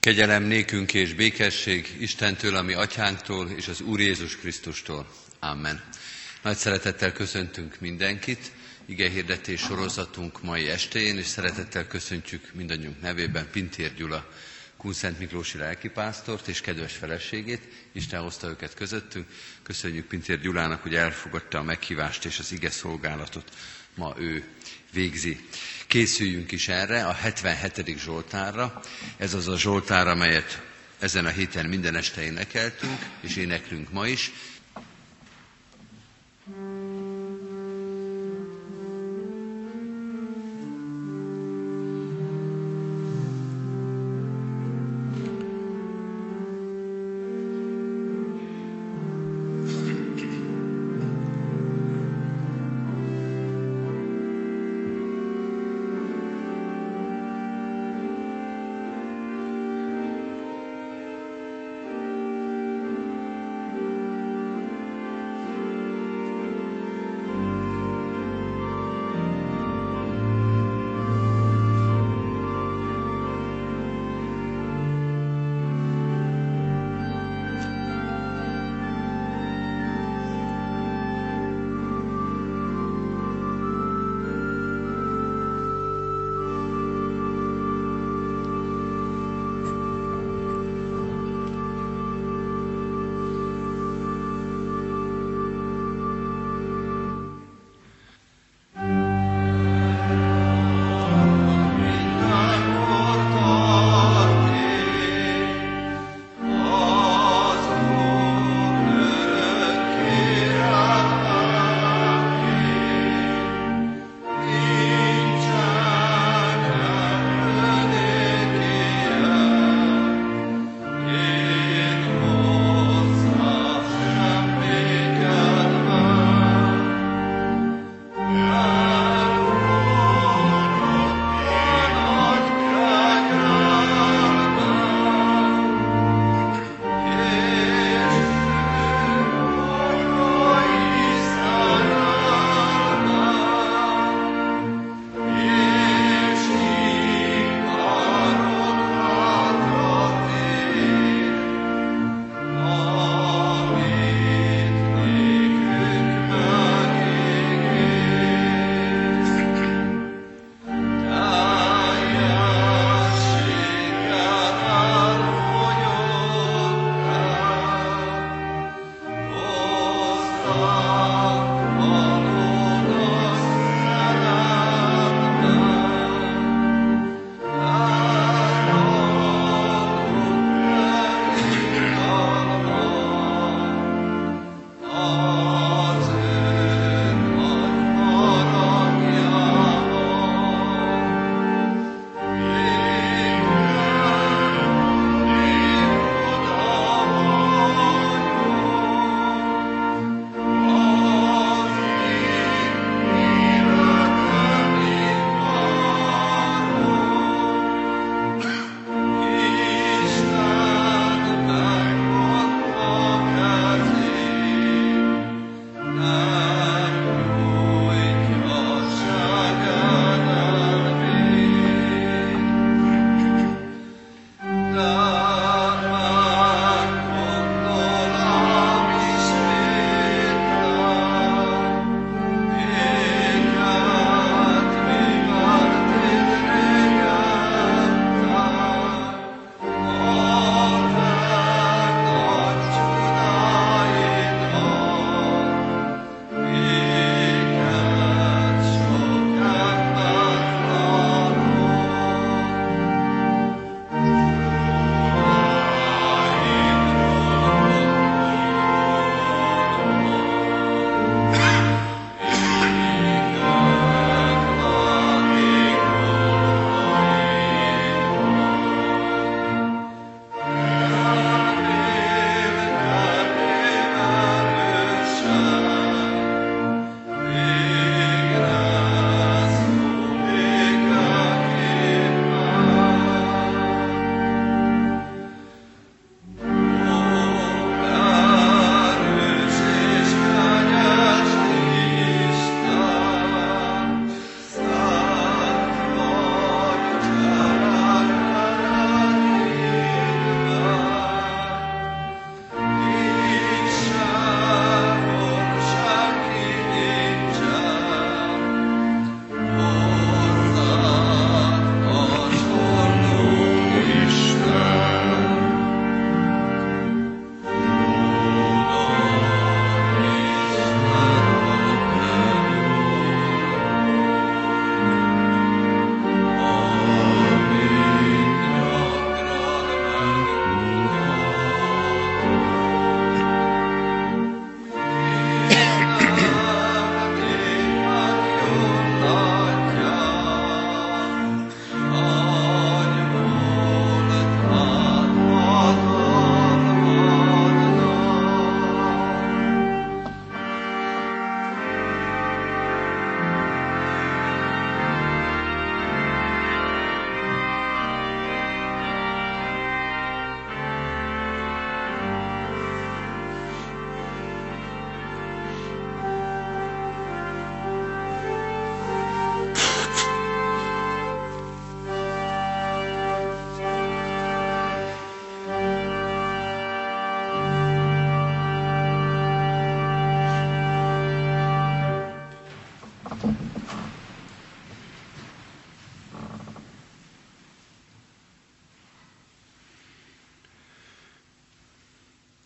Kegyelem nékünk és békesség Istentől, a mi atyánktól és az Úr Jézus Krisztustól. Amen. Nagy szeretettel köszöntünk mindenkit igehirdetés sorozatunk mai estén, és szeretettel köszöntjük mindannyiunk nevében Pintér Gyula Kunszent Miklósi lelkipásztort és kedves feleségét. Isten hozta őket közöttünk. Köszönjük Pintér Gyulának, hogy elfogadta a meghívást és az ige szolgálatot ma ő végzi. Készüljünk is erre, a 77. Zsoltárra. Ez az a Zsoltár, amelyet ezen a héten minden este énekeltünk, és éneklünk ma is.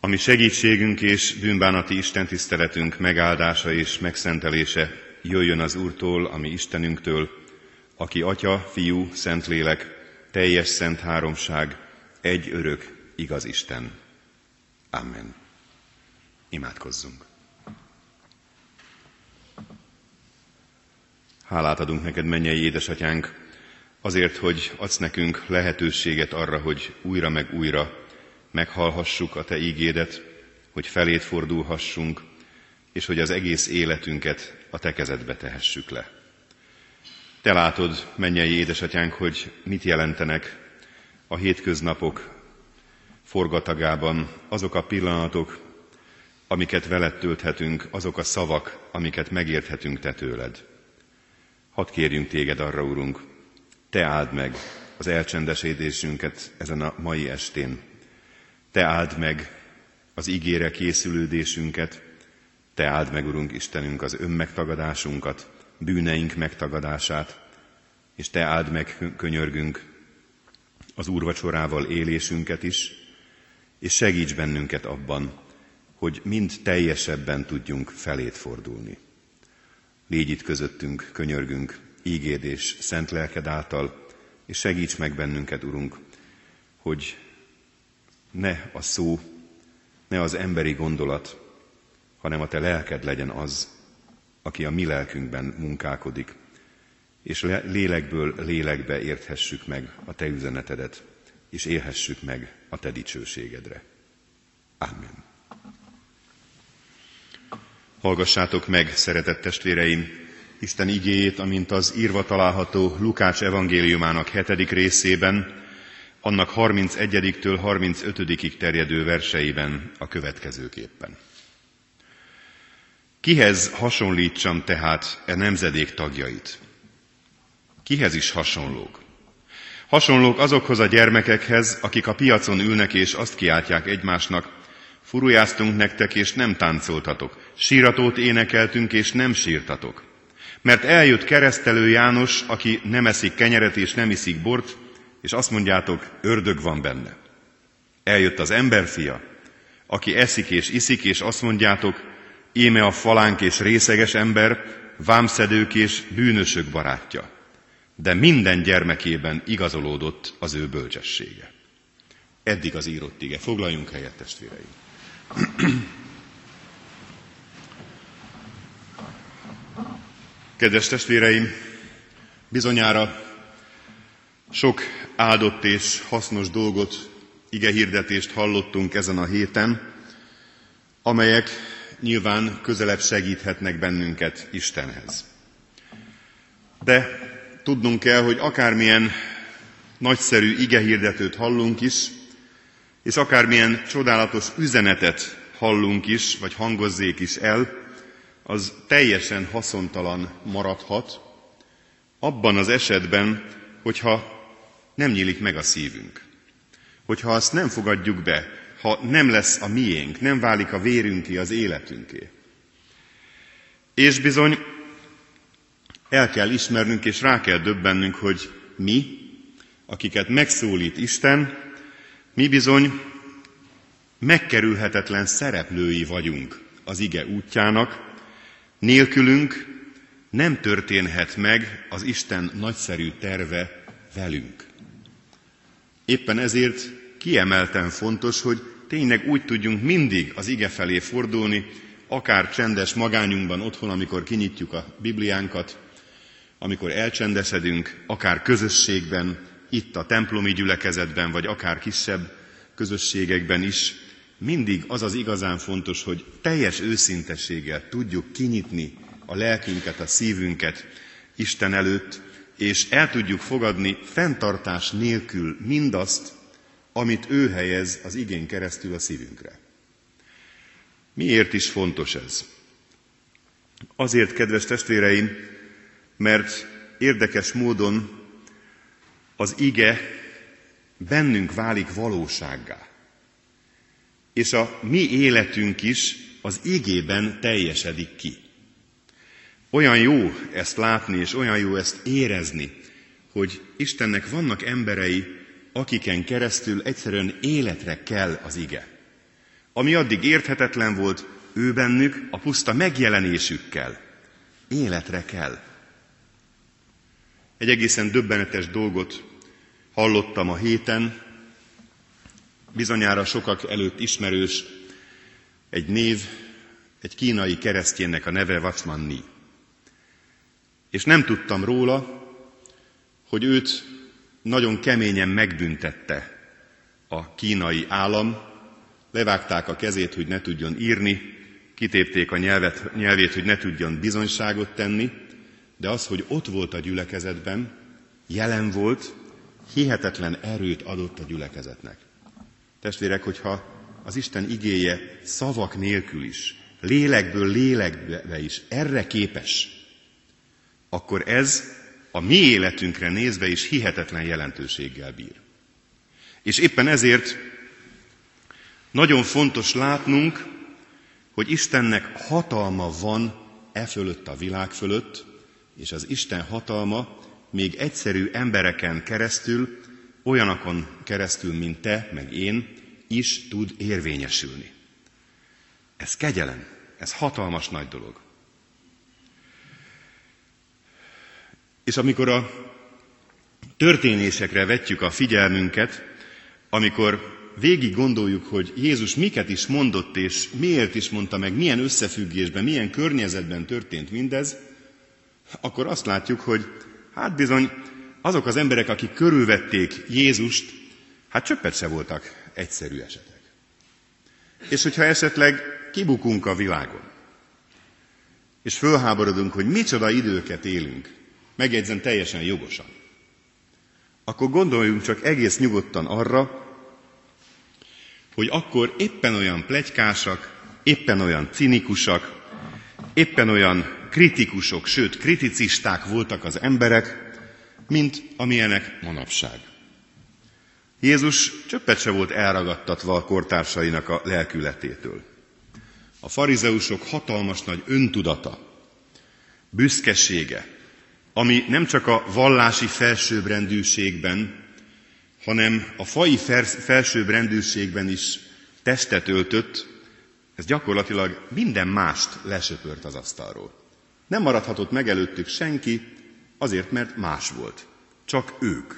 ami segítségünk és bűnbánati istentiszteletünk megáldása és megszentelése jöjjön az Úrtól, ami Istenünktől, aki Atya, Fiú, Szentlélek, teljes szent háromság, egy örök, igaz Isten. Amen. Imádkozzunk. Hálát adunk neked, mennyei édesatyánk, azért, hogy adsz nekünk lehetőséget arra, hogy újra meg újra meghallhassuk a te ígédet, hogy feléd fordulhassunk, és hogy az egész életünket a te kezedbe tehessük le. Te látod, mennyei édesatyánk, hogy mit jelentenek a hétköznapok forgatagában azok a pillanatok, amiket veled tölthetünk, azok a szavak, amiket megérthetünk te tőled. Hadd kérjünk téged arra, Urunk, te áld meg az elcsendesedésünket ezen a mai estén. Te áld meg az ígére készülődésünket, te áld meg, Urunk Istenünk, az önmegtagadásunkat, bűneink megtagadását, és te áld meg, könyörgünk, az úrvacsorával élésünket is, és segíts bennünket abban, hogy mind teljesebben tudjunk feléd fordulni. Légy itt közöttünk, könyörgünk, ígéd és szent lelked által, és segíts meg bennünket, Urunk, hogy ne a szó, ne az emberi gondolat, hanem a te lelked legyen az, aki a mi lelkünkben munkálkodik, és lélekből lélekbe érthessük meg a te üzenetedet, és élhessük meg a te dicsőségedre. Amen. Hallgassátok meg, szeretett testvéreim, Isten igéjét, amint az írva található Lukács evangéliumának 7. részében, annak 31-től 35-ig terjedő verseiben a következőképpen. Kihez hasonlítsam tehát e nemzedék tagjait? Kihez is hasonlók? Hasonlók azokhoz a gyermekekhez, akik a piacon ülnek és azt kiáltják egymásnak: furujáztunk nektek és nem táncoltatok, síratót énekeltünk és nem sírtatok. Mert eljött Keresztelő János, aki nem eszik kenyeret és nem iszik bort, és azt mondjátok, ördög van benne. Eljött az Emberfia, aki eszik és iszik, és azt mondjátok, íme a falánk és részeges ember, vámszedők és bűnösök barátja. De minden gyermekében igazolódott az ő bölcsessége. Eddig az írott ige. Foglaljunk helyet, testvéreim. Kedves testvéreim, bizonyára sok áldott és hasznos dolgot, igehirdetést hallottunk ezen a héten, amelyek nyilván közelebb segíthetnek bennünket Istenhez. De tudnunk kell, hogy akármilyen nagyszerű igehirdetőt hallunk is, és akármilyen csodálatos üzenetet hallunk is, vagy hangozzék is el, az teljesen haszontalan maradhat, abban az esetben, hogyha nem nyílik meg a szívünk. Hogyha azt nem fogadjuk be, ha nem lesz a miénk, nem válik a vérünké, az életünké. És bizony el kell ismernünk és rá kell döbbennünk, hogy mi, akiket megszólít Isten, mi bizony megkerülhetetlen szereplői vagyunk az ige útjának, nélkülünk nem történhet meg az Isten nagyszerű terve velünk. Éppen ezért kiemelten fontos, hogy tényleg úgy tudjunk mindig az ige felé fordulni, akár csendes magányunkban otthon, amikor kinyitjuk a Bibliánkat, amikor elcsendesedünk, akár közösségben, itt a templomi gyülekezetben, vagy akár kisebb közösségekben is, mindig az az igazán fontos, hogy teljes őszintességgel tudjuk kinyitni a lelkünket, a szívünket Isten előtt, és el tudjuk fogadni fenntartás nélkül mindazt, amit ő helyez az igén keresztül a szívünkre. Miért is fontos ez? Azért, kedves testvéreim, mert érdekes módon az ige bennünk válik valósággá. És a mi életünk is az igében teljesedik ki. Olyan jó ezt látni, és olyan jó ezt érezni, hogy Istennek vannak emberei, akiken keresztül egyszerűen életre kell az ige. ami addig érthetetlen volt, ő bennük a puszta megjelenésükkel életre kell. Egy egészen döbbenetes dolgot hallottam a héten, bizonyára sokak előtt ismerős egy név, egy kínai kereszténynek a neve Watchman Nee. És nem tudtam róla, hogy őt nagyon keményen megbüntette a kínai állam, levágták a kezét, hogy ne tudjon írni, kitépték a nyelvét, hogy ne tudjon bizonyságot tenni, de az, hogy ott volt a gyülekezetben, jelen volt, hihetetlen erőt adott a gyülekezetnek. Testvérek, hogyha az Isten igéje szavak nélkül is, lélekből lélekbe is erre képes, akkor ez a mi életünkre nézve is hihetetlen jelentőséggel bír. És éppen ezért nagyon fontos látnunk, hogy Istennek hatalma van e fölött a világ fölött, és az Isten hatalma még egyszerű embereken keresztül, olyanokon keresztül, mint te, meg én, is tud érvényesülni. Ez kegyelem, ez hatalmas nagy dolog. És amikor a történésekre vetjük a figyelmünket, amikor végig gondoljuk, hogy Jézus miket is mondott, és miért is mondta meg, milyen összefüggésben, milyen környezetben történt mindez, akkor azt látjuk, hogy hát bizony azok az emberek, akik körülvették Jézust, hát csöppet se voltak egyszerű esetek. És hogyha esetleg kibukunk a világon, és fölháborodunk, hogy micsoda időket élünk, megjegyzem teljesen jogosan, akkor gondoljunk csak egész nyugodtan arra, hogy akkor éppen olyan pletykásak, éppen olyan cinikusak, éppen olyan kritikusok, sőt kriticisták voltak az emberek, mint amilyenek manapság. Jézus csöppet se volt elragadtatva a kortársainak a lelkületétől. A farizeusok hatalmas nagy öntudata, büszkesége, ami nem csak a vallási felsőbbrendűségben, hanem a faji felsőbbrendűségben is testet öltött, ez gyakorlatilag minden mást lesöpört az asztalról. Nem maradhatott meg előttük senki, azért, mert más volt. Csak ők.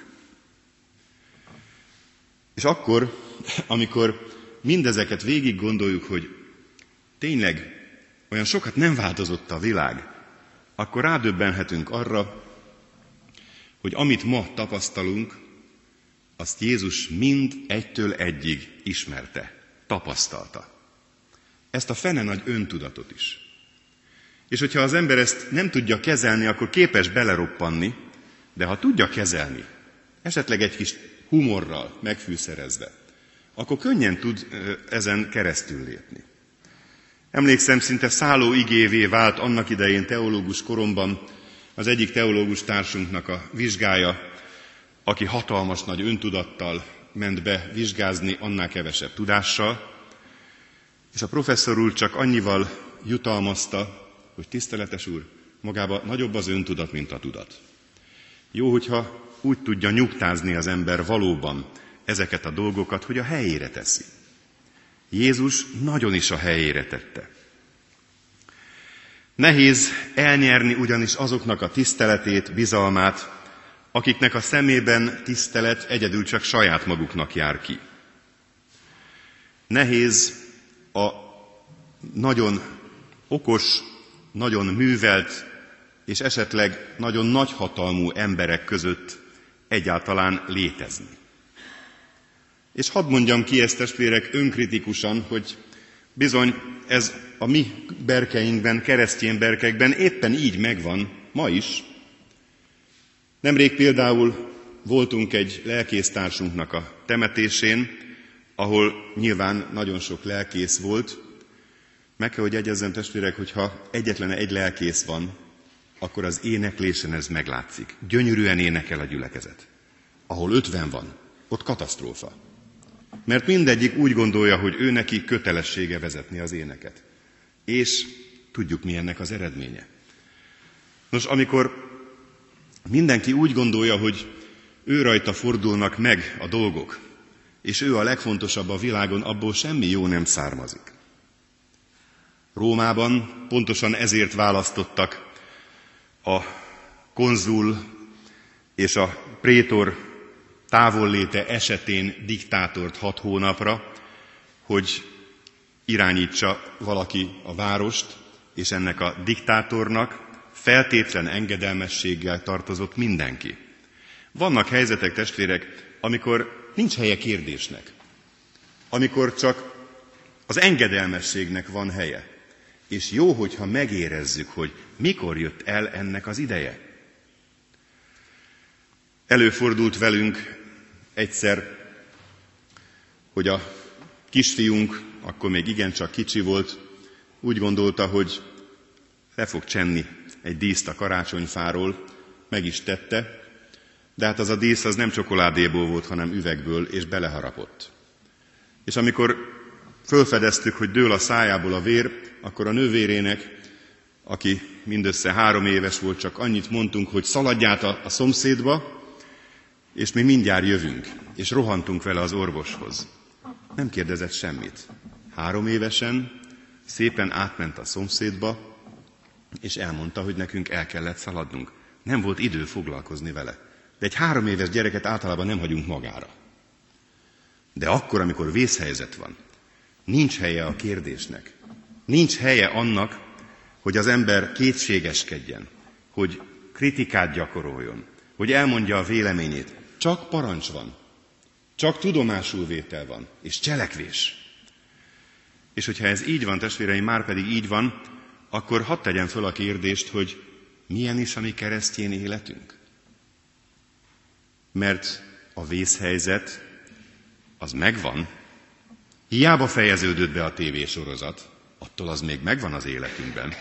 És akkor, amikor mindezeket végig gondoljuk, hogy tényleg olyan sokat nem változott a világ, akkor rádöbbenhetünk arra, hogy amit ma tapasztalunk, azt Jézus mind egytől egyig ismerte, tapasztalta. Ezt a fene nagy öntudatot is. És hogyha az ember ezt nem tudja kezelni, akkor képes beleroppanni, de ha tudja kezelni, esetleg egy kis humorral megfűszerezve, akkor könnyen tud ezen keresztül lépni. Emlékszem, szinte szálló igévé vált annak idején teológus koromban az egyik teológus társunknak a vizsgája, aki hatalmas nagy öntudattal ment be vizsgázni, annál kevesebb tudással, és a professzor úr csak annyival jutalmazta, hogy tiszteletes úr, magában nagyobb az öntudat, mint a tudat. Jó, hogyha úgy tudja nyugtázni az ember valóban ezeket a dolgokat, hogy a helyére teszi. Jézus nagyon is a helyére tette. Nehéz elnyerni ugyanis azoknak a tiszteletét, bizalmát, akiknek a szemében tisztelet egyedül csak saját maguknak jár ki. Nehéz a nagyon okos, nagyon művelt és esetleg nagyon nagyhatalmú emberek között egyáltalán létezni. És hadd mondjam ki ezt, testvérek, önkritikusan, hogy bizony ez a mi berkeinkben, keresztény berkekben éppen így megvan ma is. Nemrég például voltunk egy lelkésztársunknak a temetésén, ahol nyilván nagyon sok lelkész volt. Meg kell, hogy egyezzem, testvérek, hogyha egyetlen egy lelkész van, akkor az éneklésen ez meglátszik. Gyönyörűen énekel a gyülekezet. Ahol 50 van, ott katasztrófa. Mert mindegyik úgy gondolja, hogy ő neki kötelessége vezetni az éneket. És tudjuk, mi ennek az eredménye. Nos, amikor mindenki úgy gondolja, hogy ő rajta fordulnak meg a dolgok, és ő a legfontosabb a világon, abból semmi jó nem származik. Rómában pontosan ezért választottak a konzul és a prétor távolléte esetén diktátort 6 hónapra, hogy irányítsa valaki a várost, és ennek a diktátornak feltétlen engedelmességgel tartozott mindenki. Vannak helyzetek, testvérek, amikor nincs helye kérdésnek, amikor csak az engedelmességnek van helye. És jó, hogyha megérezzük, hogy mikor jött el ennek az ideje. Előfordult velünk egyszer, hogy a kisfiunk, akkor még igencsak kicsi volt, úgy gondolta, hogy le fog csenni egy díszt a karácsonyfáról, meg is tette, de hát az a dísz az nem csokoládéból volt, hanem üvegből, és beleharapott. És amikor fölfedeztük, hogy dől a szájából a vér, akkor a nővérének, aki mindössze 3 éves volt, csak annyit mondtunk, hogy szaladj át a szomszédba, és mi mindjárt jövünk, és rohantunk vele az orvoshoz. Nem kérdezett semmit. 3 évesen szépen átment a szomszédba, és elmondta, hogy nekünk el kellett szaladnunk. Nem volt idő foglalkozni vele. De egy 3 éves gyereket általában nem hagyunk magára. De akkor, amikor vészhelyzet van, nincs helye a kérdésnek. Nincs helye annak, hogy az ember kétségeskedjen, hogy kritikát gyakoroljon, hogy elmondja a véleményét. Csak parancs van, csak tudomásul vétel van, és cselekvés. És hogyha ez így van, testvéreim, már pedig így van, akkor hadd tegyem föl a kérdést, hogy milyen is a mi keresztény életünk? Mert a vészhelyzet az megvan. Hiába fejeződött be a tévésorozat, attól az még megvan az életünkben.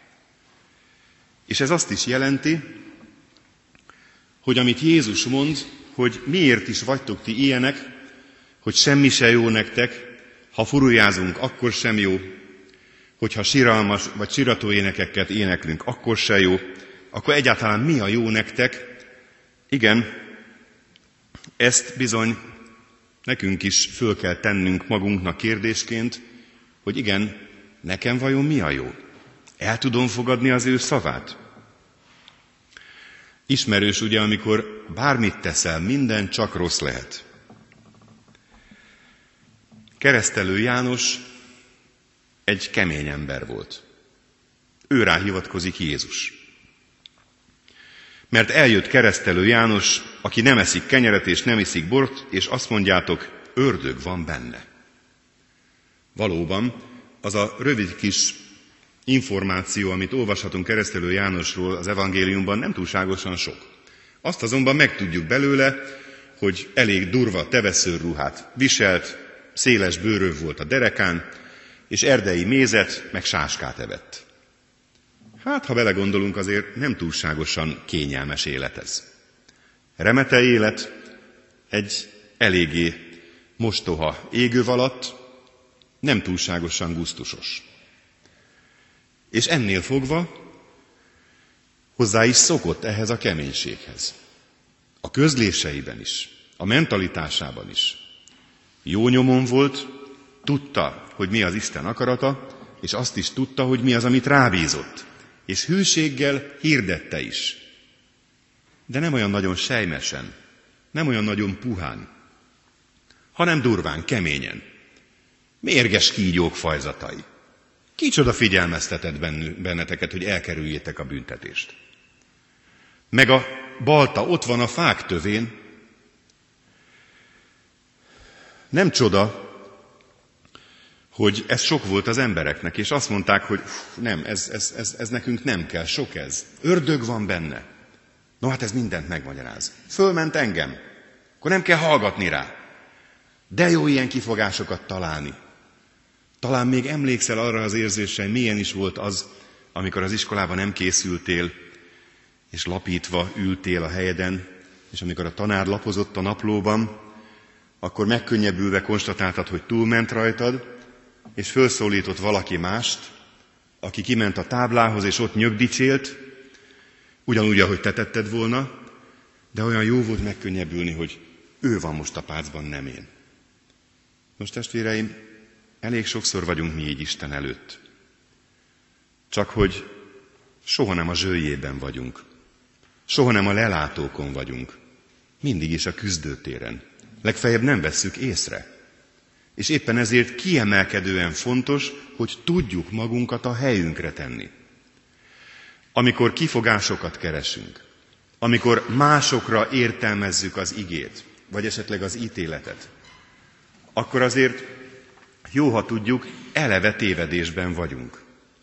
És ez azt is jelenti, hogy amit Jézus mond, hogy miért is vagytok ti ilyenek, hogy semmi se jó nektek, ha furujázunk, akkor sem jó, hogyha siralmas vagy sirató énekeket éneklünk, akkor se jó, akkor egyáltalán mi a jó nektek? Igen, ezt bizony nekünk is föl kell tennünk magunknak kérdésként, hogy igen, nekem vajon mi a jó? El tudom fogadni az ő szavát? Ismerős ugye, amikor bármit teszel, minden csak rossz lehet. Keresztelő János egy kemény ember volt. Őrá hivatkozik Jézus. Mert eljött Keresztelő János, aki nem eszik kenyeret és nem iszik bort, és azt mondjátok, ördög van benne. Valóban, az a rövid kis információ, amit olvashatunk Keresztelő Jánosról az evangéliumban, nem túlságosan sok. Azt azonban megtudjuk belőle, hogy elég durva teveszőrruhát viselt, széles bőröv volt a derekán, és erdei mézet, meg sáskát evett. Hát, ha belegondolunk, azért nem túlságosan kényelmes élet ez. Remete élet, egy eléggé mostoha égőv alatt, nem túlságosan gusztusos. És ennél fogva hozzá is szokott ehhez a keménységhez. A közléseiben is, a mentalitásában is. Jó nyomon volt, tudta, hogy mi az Isten akarata, és azt is tudta, hogy mi az, amit rábízott. És hűséggel hirdette is. De nem olyan nagyon sejmesen, nem olyan nagyon puhán, hanem durván, keményen. Mérges kígyók fajzatai. Kicsoda figyelmeztetett benneteket, hogy elkerüljétek a büntetést. Meg a balta ott van a fák tövén. Nem csoda, hogy ez sok volt az embereknek, és azt mondták, hogy nem, ez nekünk nem kell, sok ez. Ördög van benne. No hát ez mindent megmagyaráz. Fölment engem, akkor nem kell hallgatni rá. De jó ilyen kifogásokat találni. Talán még emlékszel arra az érzésre, milyen is volt az, amikor az iskolában nem készültél, és lapítva ültél a helyeden, és amikor a tanár lapozott a naplóban, akkor megkönnyebbülve konstatáltad, hogy túlment rajtad, és felszólított valaki mást, aki kiment a táblához, és ott nyögdicsélt, ugyanúgy, ahogy te tetted volna, de olyan jó volt megkönnyebbülni, hogy ő van most a pácban, nem én. Most testvéreim, elég sokszor vagyunk mi így Isten előtt. Csak hogy soha nem a zsőjében vagyunk. Soha nem a lelátókon vagyunk. Mindig is a küzdőtéren. Legfeljebb nem vesszük észre. És éppen ezért kiemelkedően fontos, hogy tudjuk magunkat a helyünkre tenni. Amikor kifogásokat keresünk, amikor másokra értelmezzük az igét, vagy esetleg az ítéletet, akkor azért jó, ha tudjuk, eleve tévedésben vagyunk.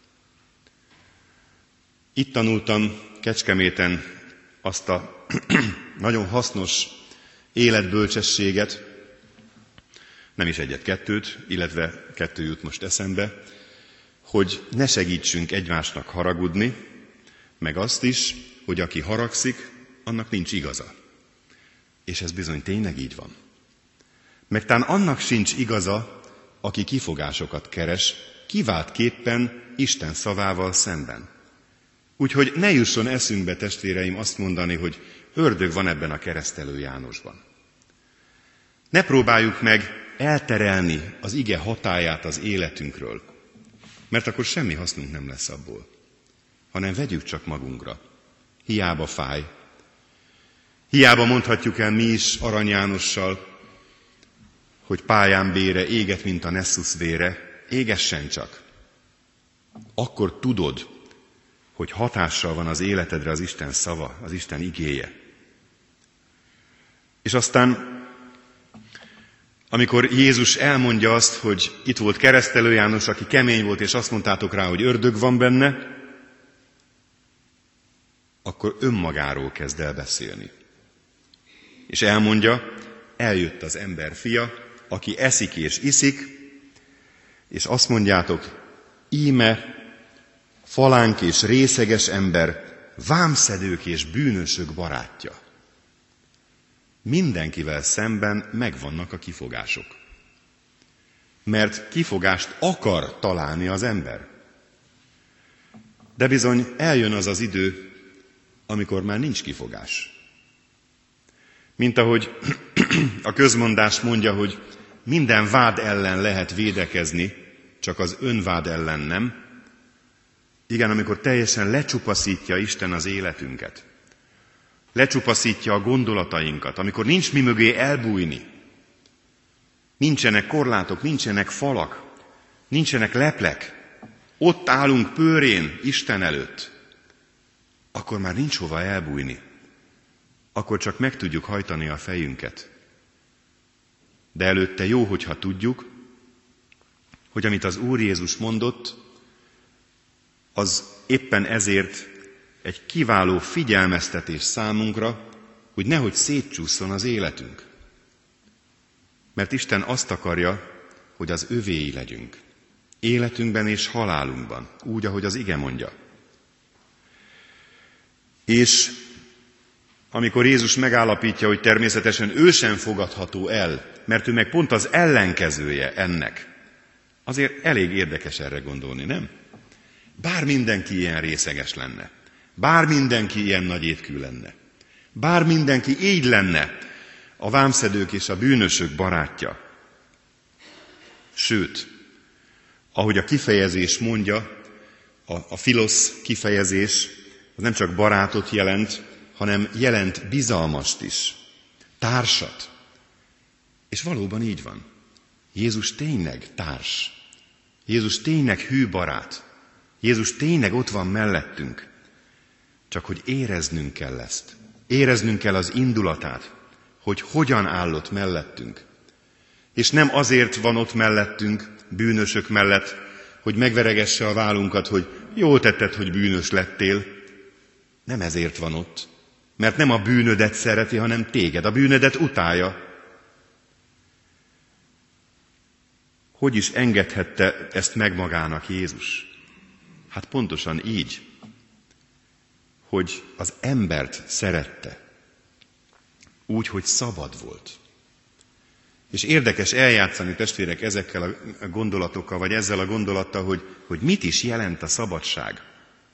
Itt tanultam Kecskeméten azt a nagyon hasznos életbölcsességet, nem is egyet-kettőt, illetve 2 jut most eszembe, hogy ne segítsünk egymásnak haragudni, meg azt is, hogy aki haragszik, annak nincs igaza. És ez bizony tényleg így van. Meg talán annak sincs igaza, aki kifogásokat keres, kiváltképpen Isten szavával szemben. Úgyhogy ne jusson eszünkbe, testvéreim, azt mondani, hogy ördög van ebben a Keresztelő Jánosban. Ne próbáljuk meg elterelni az ige hatályát az életünkről, mert akkor semmi hasznunk nem lesz abból, hanem vegyük csak magunkra. Hiába fáj. Hiába mondhatjuk el mi is Arany Jánossal, hogy pályán bére éget, mint a Nessus vére, égessen csak. Akkor tudod, hogy hatással van az életedre az Isten szava, az Isten igéje. És aztán, amikor Jézus elmondja azt, hogy itt volt Keresztelő János, aki kemény volt, és azt mondtátok rá, hogy ördög van benne, akkor önmagáról kezd el beszélni. És elmondja, eljött az ember fia, aki eszik és iszik, és azt mondjátok, íme falánk és részeges ember, vámszedők és bűnösök barátja. Mindenkivel szemben megvannak a kifogások. Mert kifogást akar találni az ember. De bizony eljön az az idő, amikor már nincs kifogás. Mint ahogy a közmondás mondja, hogy minden vád ellen lehet védekezni, csak az önvád ellen nem. Igen, amikor teljesen lecsupaszítja Isten az életünket, lecsupaszítja a gondolatainkat, amikor nincs mi mögé elbújni, nincsenek korlátok, nincsenek falak, nincsenek leplek, ott állunk pőrén Isten előtt, akkor már nincs hova elbújni, akkor csak meg tudjuk hajtani a fejünket. De előtte jó, hogyha tudjuk, hogy amit az Úr Jézus mondott, az éppen ezért egy kiváló figyelmeztetés számunkra, hogy nehogy szétcsússzon az életünk. Mert Isten azt akarja, hogy az övéi legyünk. Életünkben és halálunkban, úgy, ahogy az ige mondja. És amikor Jézus megállapítja, hogy természetesen ő sem fogadható el, mert ő meg pont az ellenkezője ennek, azért elég érdekes erre gondolni, nem? Bár mindenki ilyen részeges lenne, bár mindenki ilyen nagy étkű lenne, bár mindenki így lenne a vámszedők és a bűnösök barátja. Sőt, ahogy a kifejezés mondja, a filosz kifejezés, az nem csak barátot jelent, hanem jelent bizalmast is, társat. És valóban így van. Jézus tényleg társ. Jézus tényleg hű barát. Jézus tényleg ott van mellettünk. Csak hogy éreznünk kell ezt. Éreznünk kell az indulatát, hogy hogyan állott mellettünk. És nem azért van ott mellettünk, bűnösök mellett, hogy megveregesse a vállunkat, hogy jól tetted, hogy bűnös lettél. Nem ezért van ott. Mert nem a bűnödet szereti, hanem téged. A bűnödet utálja. Hogy is engedhette ezt meg magának Jézus? Hát pontosan így, hogy az embert szerette. Úgy, hogy szabad volt. És érdekes eljátszani, testvérek, ezekkel a gondolatokkal, vagy ezzel a gondolattal, hogy mit is jelent a szabadság.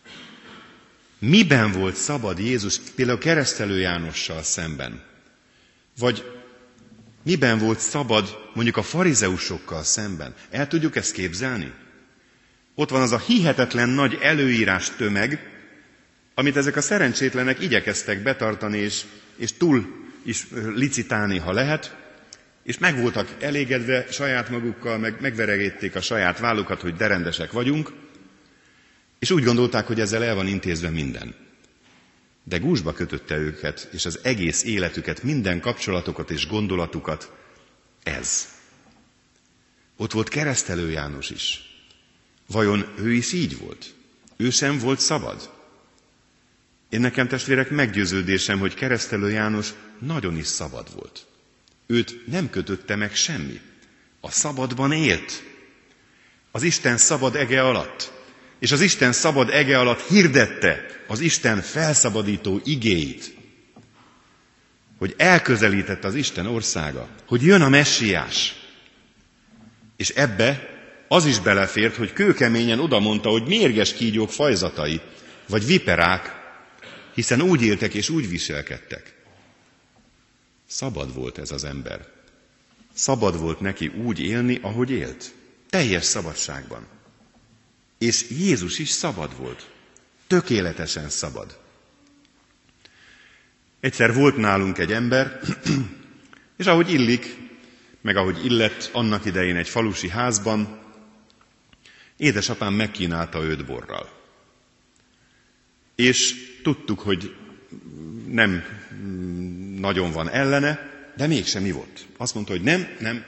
Miben volt szabad Jézus például Keresztelő Jánossal szemben? Vagy Miben volt szabad mondjuk a farizeusokkal szemben? El tudjuk ezt képzelni? Ott van az a hihetetlen nagy előírás tömeg, amit ezek a szerencsétlenek igyekeztek betartani, és túl is licitálni, ha lehet, és meg voltak elégedve saját magukkal, megveregétték a saját vállukat, hogy de rendesek vagyunk, és úgy gondolták, hogy ezzel el van intézve minden. De gúzsba kötötte őket, és az egész életüket, minden kapcsolatukat és gondolatukat ez. Ott volt Keresztelő János is. Vajon ő is így volt? Ő sem volt szabad? Én nekem, testvérek, meggyőződésem, hogy Keresztelő János nagyon is szabad volt. Őt nem kötötte meg semmi. A szabadban élt. Az Isten szabad ege alatt. És az Isten szabad ege alatt hirdette az Isten felszabadító igéit. Hogy elközelített az Isten országa. Hogy jön a messiás. És ebbe az is belefért, hogy kőkeményen odamondta, hogy mérges kígyók fajzatai, vagy viperák, hiszen úgy éltek és úgy viselkedtek. Szabad volt ez az ember. Szabad volt neki úgy élni, ahogy élt. Teljes szabadságban. És Jézus is szabad volt. Tökéletesen szabad. Egyszer volt nálunk egy ember, és ahogy illik, meg ahogy illett annak idején egy falusi házban, édesapám megkínálta őt borral. És tudtuk, hogy nem nagyon van ellene, de mégsem ivott. Azt mondta, hogy nem.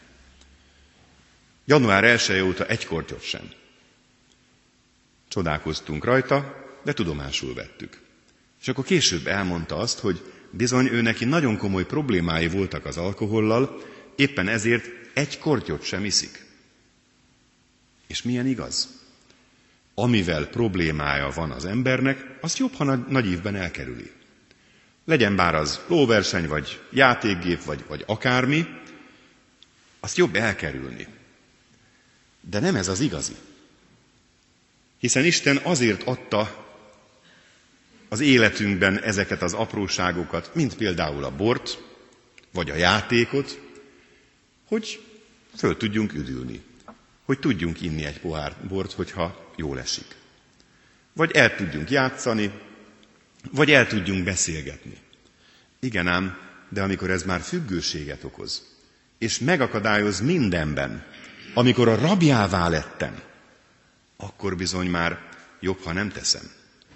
Január 1 óta egy kortyot sem. Csodálkoztunk rajta, de tudomásul vettük. És akkor később elmondta azt, hogy bizony ő neki nagyon komoly problémái voltak az alkohollal, éppen ezért egy kortyot sem iszik. És milyen igaz? Amivel problémája van az embernek, azt jobb, ha nagy ívben elkerüli. Legyen bár az lóverseny, vagy játékgép, vagy akármi, azt jobb elkerülni. De nem ez az igazi. Hiszen Isten azért adta az életünkben ezeket az apróságokat, mint például a bort, vagy a játékot, hogy föl tudjunk üdülni. Hogy tudjunk inni egy pohár bort, hogyha jól esik. Vagy el tudjunk játszani, vagy el tudjunk beszélgetni. Igen ám, de amikor ez már függőséget okoz, és megakadályoz mindenben, amikor a rabjává lettem, akkor bizony már jobb, ha nem teszem.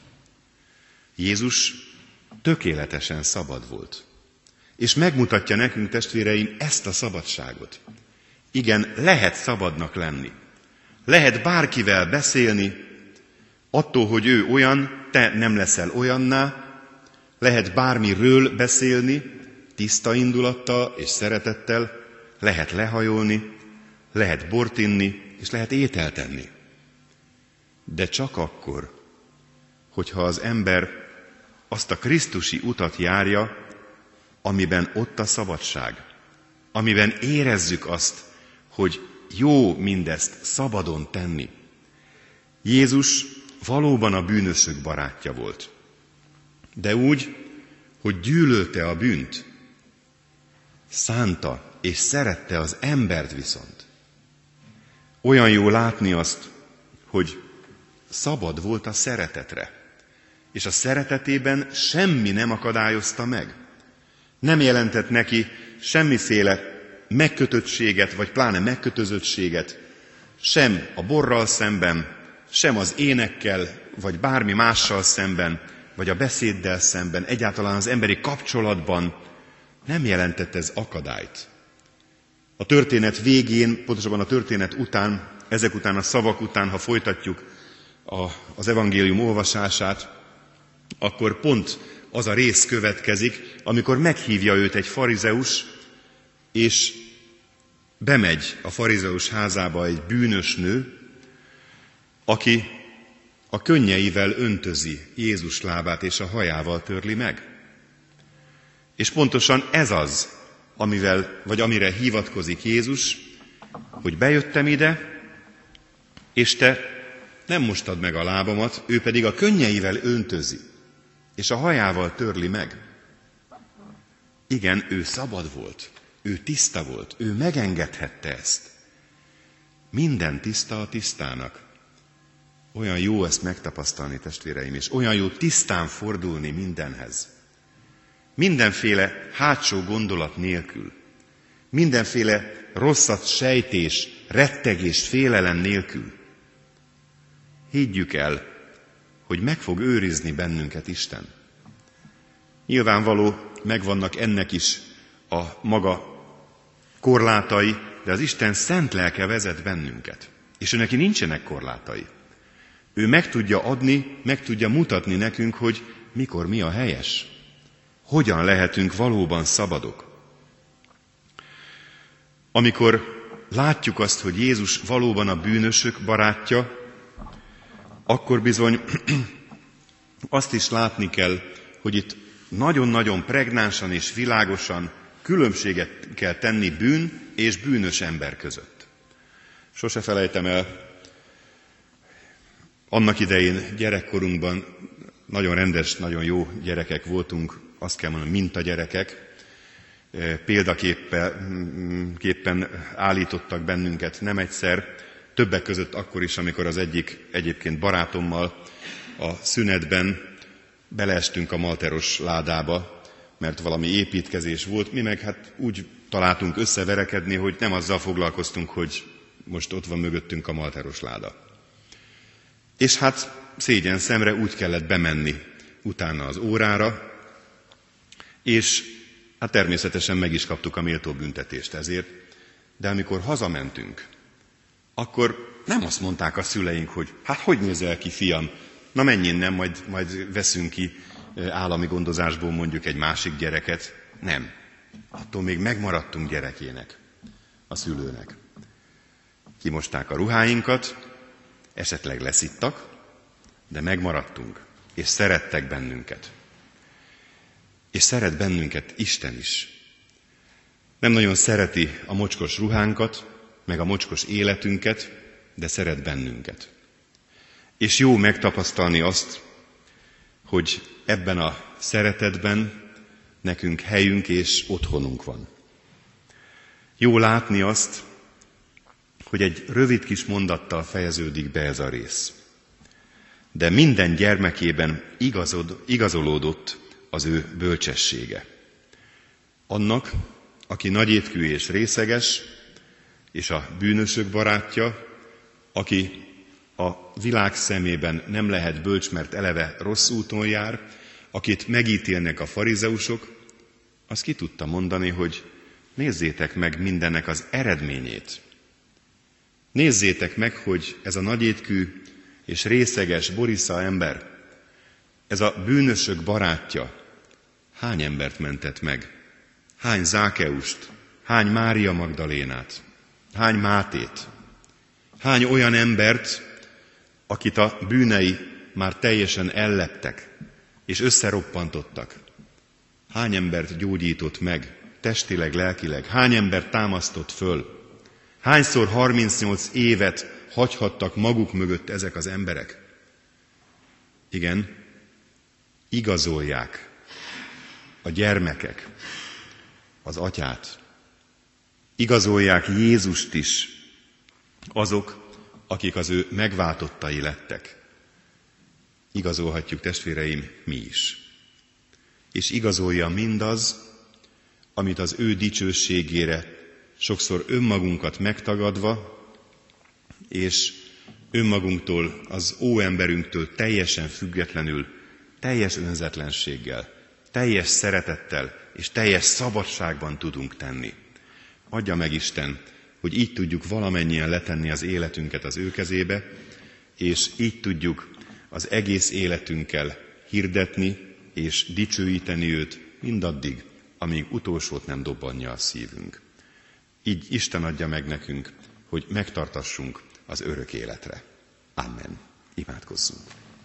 Jézus tökéletesen szabad volt. És megmutatja nekünk, testvéreim, ezt a szabadságot. Igen, lehet szabadnak lenni. Lehet bárkivel beszélni, attól, hogy ő olyan, te nem leszel olyanná, lehet bármiről beszélni, tiszta indulattal és szeretettel, lehet lehajolni, lehet bort inni, és lehet ételt enni. De csak akkor, hogyha az ember azt a krisztusi utat járja, amiben ott a szabadság, amiben érezzük azt, hogy jó mindezt szabadon tenni. Jézus valóban a bűnösök barátja volt, de úgy, hogy gyűlölte a bűnt, szánta és szerette az embert viszont. Olyan jó látni azt, hogy szabad volt a szeretetre, és a szeretetében semmi nem akadályozta meg. Nem jelentett neki semmiféle megkötöttséget, vagy pláne megkötözöttséget, sem a borral szemben, sem az énekkel, vagy bármi mással szemben, vagy a beszéddel szemben, egyáltalán az emberi kapcsolatban nem jelentett ez akadályt. A történet végén, pontosabban a történet után, ezek után a szavak után, ha folytatjuk az evangélium olvasását, akkor pont az a rész következik, amikor meghívja őt egy farizeus, és bemegy a farizeus házába egy bűnös nő, aki a könnyeivel öntözi Jézus lábát, és a hajával törli meg. És pontosan ez az, amire hivatkozik Jézus, hogy bejöttem ide, és te nem mostad meg a lábamat, ő pedig a könnyeivel öntözi, és a hajával törli meg. Igen, ő szabad volt. ő tiszta volt, ő megengedhette ezt. Minden tiszta a tisztának. Olyan jó ezt megtapasztalni, testvéreim, és olyan jó tisztán fordulni mindenhez. Mindenféle hátsó gondolat nélkül, mindenféle rosszat sejtés, rettegés, félelem nélkül. Higgyük el, hogy meg fog őrizni bennünket Isten. Nyilvánvaló, megvannak ennek is a maga korlátai, de az Isten szent lelke vezet bennünket. És ő neki nincsenek korlátai. Ő meg tudja adni, meg tudja mutatni nekünk, hogy mikor mi a helyes. Hogyan lehetünk valóban szabadok. Amikor látjuk azt, hogy Jézus valóban a bűnösök barátja, akkor bizony azt is látni kell, hogy itt nagyon-nagyon pregnánsan és világosan különbséget kell tenni bűn és bűnös ember között. Sose felejtem el, annak idején gyerekkorunkban nagyon rendes, nagyon jó gyerekek voltunk, azt kell mondani, mintagyerekek, példaképpen állítottak bennünket nem egyszer, többek között akkor is, amikor az egyik egyébként barátommal a szünetben beleestünk a malteros ládába, mert valami építkezés volt, mi meg hát úgy találtunk összeverekedni, hogy nem azzal foglalkoztunk, hogy most ott van mögöttünk a malteros láda. És hát szégyen szemre úgy kellett bemenni utána az órára, és hát természetesen meg is kaptuk a méltó büntetést ezért, de amikor hazamentünk, akkor nem azt mondták a szüleink, hogy hát hogy nézel ki, fiam, na menj innen, majd veszünk ki állami gondozásból mondjuk egy másik gyereket. Nem. Attól még megmaradtunk gyerekének, a szülőnek. Kimosták a ruháinkat, esetleg leszittak, de megmaradtunk, és szerettek bennünket. És szeret bennünket Isten is. Nem nagyon szereti a mocskos ruhánkat, meg a mocskos életünket, de szeret bennünket. És jó megtapasztalni azt, hogy ebben a szeretetben nekünk helyünk és otthonunk van. Jó látni azt, hogy egy rövid kis mondattal fejeződik be ez a rész. De minden gyermekében igazolódott az ő bölcsessége. Annak, aki nagyétkű és részeges, és a bűnösök barátja, aki a világ szemében nem lehet bölcs, mert eleve rossz úton jár, akit megítélnek a farizeusok, az ki tudta mondani, hogy nézzétek meg mindennek az eredményét. Nézzétek meg, hogy ez a nagyétkű és részeges Borisza ember, ez a bűnösök barátja hány embert mentett meg? Hány Zákeust? Hány Mária Magdalénát? Hány Mátét? Hány olyan embert, akit a bűnei már teljesen elleptek és összeroppantottak? Hány embert gyógyított meg, testileg, lelkileg? Hány embert támasztott föl? Hányszor 38 évet hagyhattak maguk mögött ezek az emberek? Igen, igazolják a gyermekek az atyát. Igazolják Jézust is azok, akik az ő megváltottai lettek. Igazolhatjuk, testvéreim, mi is. És igazolja mindaz, amit az ő dicsőségére sokszor önmagunkat megtagadva, és önmagunktól, az óemberünktől teljesen függetlenül, teljes önzetlenséggel, teljes szeretettel és teljes szabadságban tudunk tenni. Adja meg Isten, hogy így tudjuk valamennyien letenni az életünket az ő kezébe, és így tudjuk az egész életünkkel hirdetni és dicsőíteni őt mindaddig, amíg utolsót nem dobbanja a szívünk. Így Isten adja meg nekünk, hogy megtartassunk az örök életre. Amen. Imádkozzunk.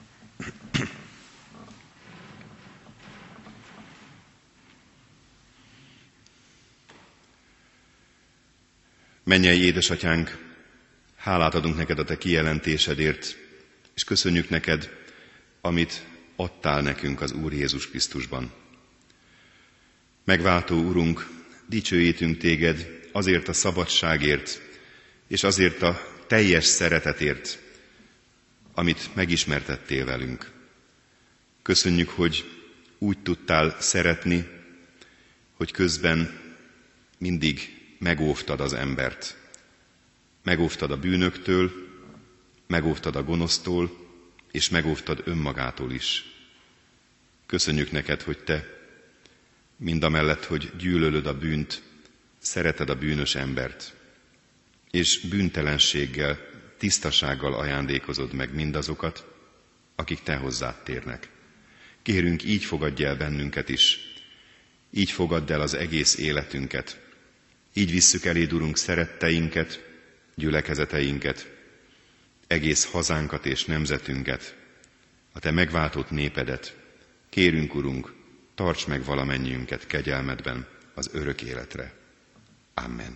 Mennyei édesatyánk, hálát adunk neked a te kijelentésedért, és köszönjük neked, amit adtál nekünk az Úr Jézus Krisztusban. Megváltó Urunk, dicsőítünk téged azért a szabadságért, és azért a teljes szeretetért, amit megismertettél velünk. Köszönjük, hogy úgy tudtál szeretni, hogy közben mindig megóvtad az embert. Megóvtad a bűnöktől, megóvtad a gonosztól, és megóvtad önmagától is. Köszönjük neked, hogy te mindamellett, hogy gyűlölöd a bűnt, szereted a bűnös embert, és bűntelenséggel, tisztasággal ajándékozod meg mindazokat, akik te hozzád térnek. Kérünk, így fogadj el bennünket is, így fogadd el az egész életünket, így visszük eléd, Urunk, szeretteinket, gyülekezeteinket, egész hazánkat és nemzetünket, a te megváltott népedet. Kérünk, Urunk, tarts meg valamennyiünket kegyelmedben az örök életre. Amen.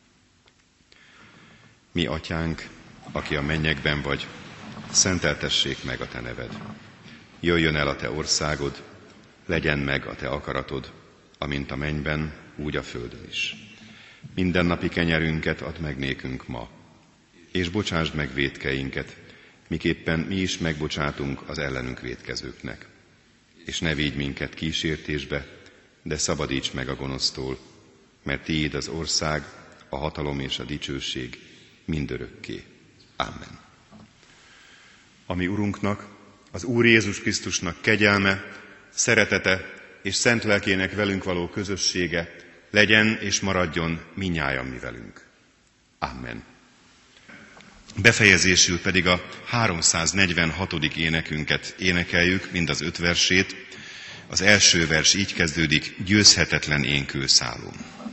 Mi atyánk, aki a mennyekben vagy, szenteltessék meg a te neved. Jöjjön el a te országod, legyen meg a te akaratod, amint a mennyben, úgy a földön is. Mindennapi kenyerünket add meg nékünk ma, és bocsásd meg vétkeinket, miképpen mi is megbocsátunk az ellenünk vétkezőknek. És ne védj minket kísértésbe, de szabadíts meg a gonosztól, mert tiéd az ország, a hatalom és a dicsőség mindörökké. Amen. Ami Urunknak, az Úr Jézus Krisztusnak kegyelme, szeretete és szent lelkének velünk való közössége legyen és maradjon mindnyájan mi velünk. Amen. Befejezésül pedig a 346. énekünket énekeljük, mind az 5 versét. Az első vers így kezdődik: győzhetetlen én kőszálom.